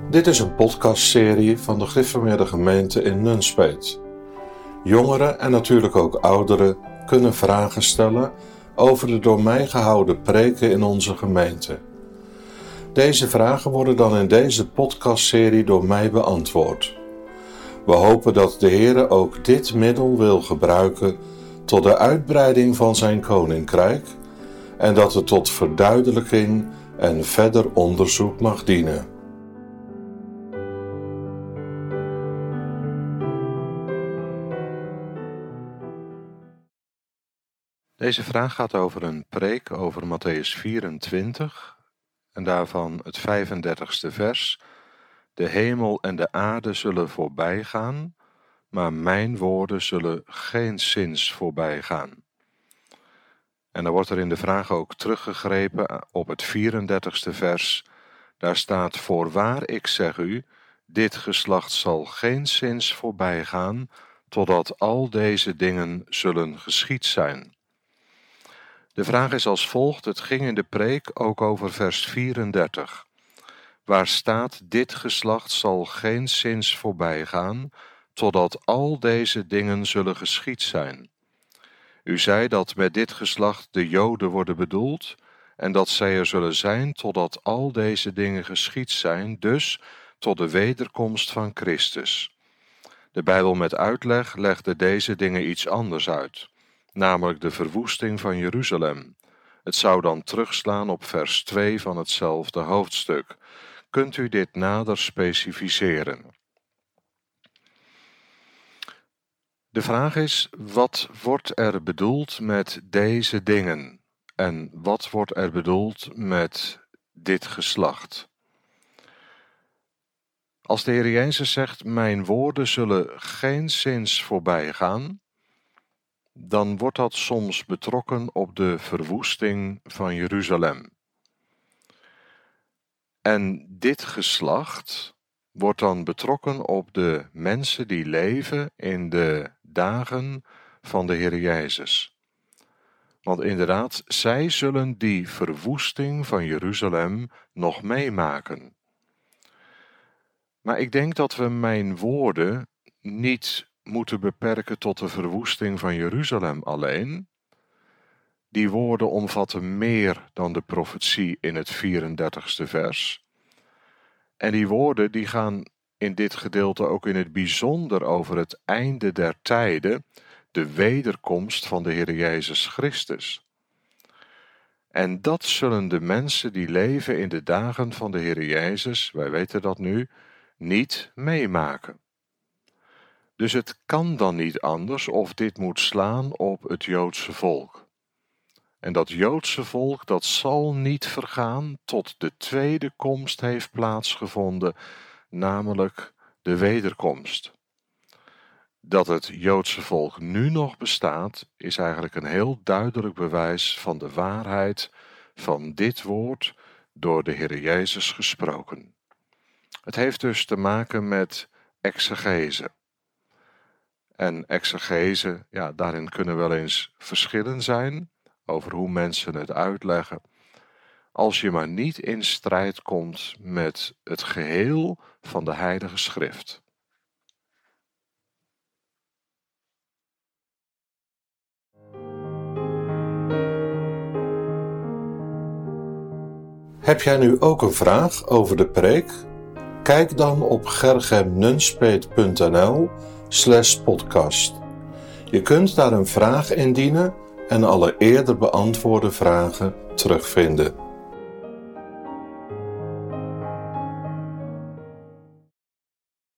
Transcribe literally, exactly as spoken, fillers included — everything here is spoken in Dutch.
Dit is een podcastserie van de Gereformeerde Gemeente in Nunspeet. Jongeren en natuurlijk ook ouderen kunnen vragen stellen over de door mij gehouden preken in onze gemeente. Deze vragen worden dan in deze podcastserie door mij beantwoord. We hopen dat de Heer ook dit middel wil gebruiken tot de uitbreiding van zijn koninkrijk en dat het tot verduidelijking en verder onderzoek mag dienen. Deze vraag gaat over een preek over Mattheüs vierentwintig en daarvan het vijfendertigste vers. De hemel en de aarde zullen voorbij gaan, maar mijn woorden zullen geenszins voorbij gaan. En dan wordt er in de vraag ook teruggegrepen op het vierendertigste vers. Daar staat: voorwaar ik zeg u, dit geslacht zal geenszins voorbij gaan, totdat al deze dingen zullen geschied zijn. De vraag is als volgt, het ging in de preek ook over vers vierendertig. Waar staat, dit geslacht zal geenszins voorbij gaan, totdat al deze dingen zullen geschied zijn. U zei dat met dit geslacht de Joden worden bedoeld en dat zij er zullen zijn totdat al deze dingen geschied zijn, dus tot de wederkomst van Christus. De Bijbel met uitleg legde deze dingen iets anders uit, namelijk de verwoesting van Jeruzalem. Het zou dan terugslaan op vers twee van hetzelfde hoofdstuk. Kunt u dit nader specificeren? De vraag is, wat wordt er bedoeld met deze dingen? En wat wordt er bedoeld met dit geslacht? Als de Heer Jezus zegt, mijn woorden zullen geenszins voorbij gaan, dan wordt dat soms betrokken op de verwoesting van Jeruzalem. En dit geslacht wordt dan betrokken op de mensen die leven in de dagen van de Heer Jezus. Want inderdaad, zij zullen die verwoesting van Jeruzalem nog meemaken. Maar ik denk dat we mijn woorden niet moeten beperken tot de verwoesting van Jeruzalem alleen. Die woorden omvatten meer dan de profetie in het vierendertigste vers. En die woorden die gaan in dit gedeelte ook in het bijzonder over het einde der tijden, de wederkomst van de Heer Jezus Christus. En dat zullen de mensen die leven in de dagen van de Heer Jezus, wij weten dat nu, niet meemaken. Dus het kan dan niet anders of dit moet slaan op het Joodse volk. En dat Joodse volk, dat zal niet vergaan tot de tweede komst heeft plaatsgevonden, namelijk de wederkomst. Dat het Joodse volk nu nog bestaat, is eigenlijk een heel duidelijk bewijs van de waarheid van dit woord door de Heer Jezus gesproken. Het heeft dus te maken met exegese. En exegese, ja, daarin kunnen wel eens verschillen zijn over hoe mensen het uitleggen, als je maar niet in strijd komt met het geheel van de Heilige Schrift. Heb jij nu ook een vraag over de preek? Kijk dan op gergemnunspeet.nl slash podcast. Je kunt daar een vraag indienen en alle eerder beantwoorde vragen terugvinden.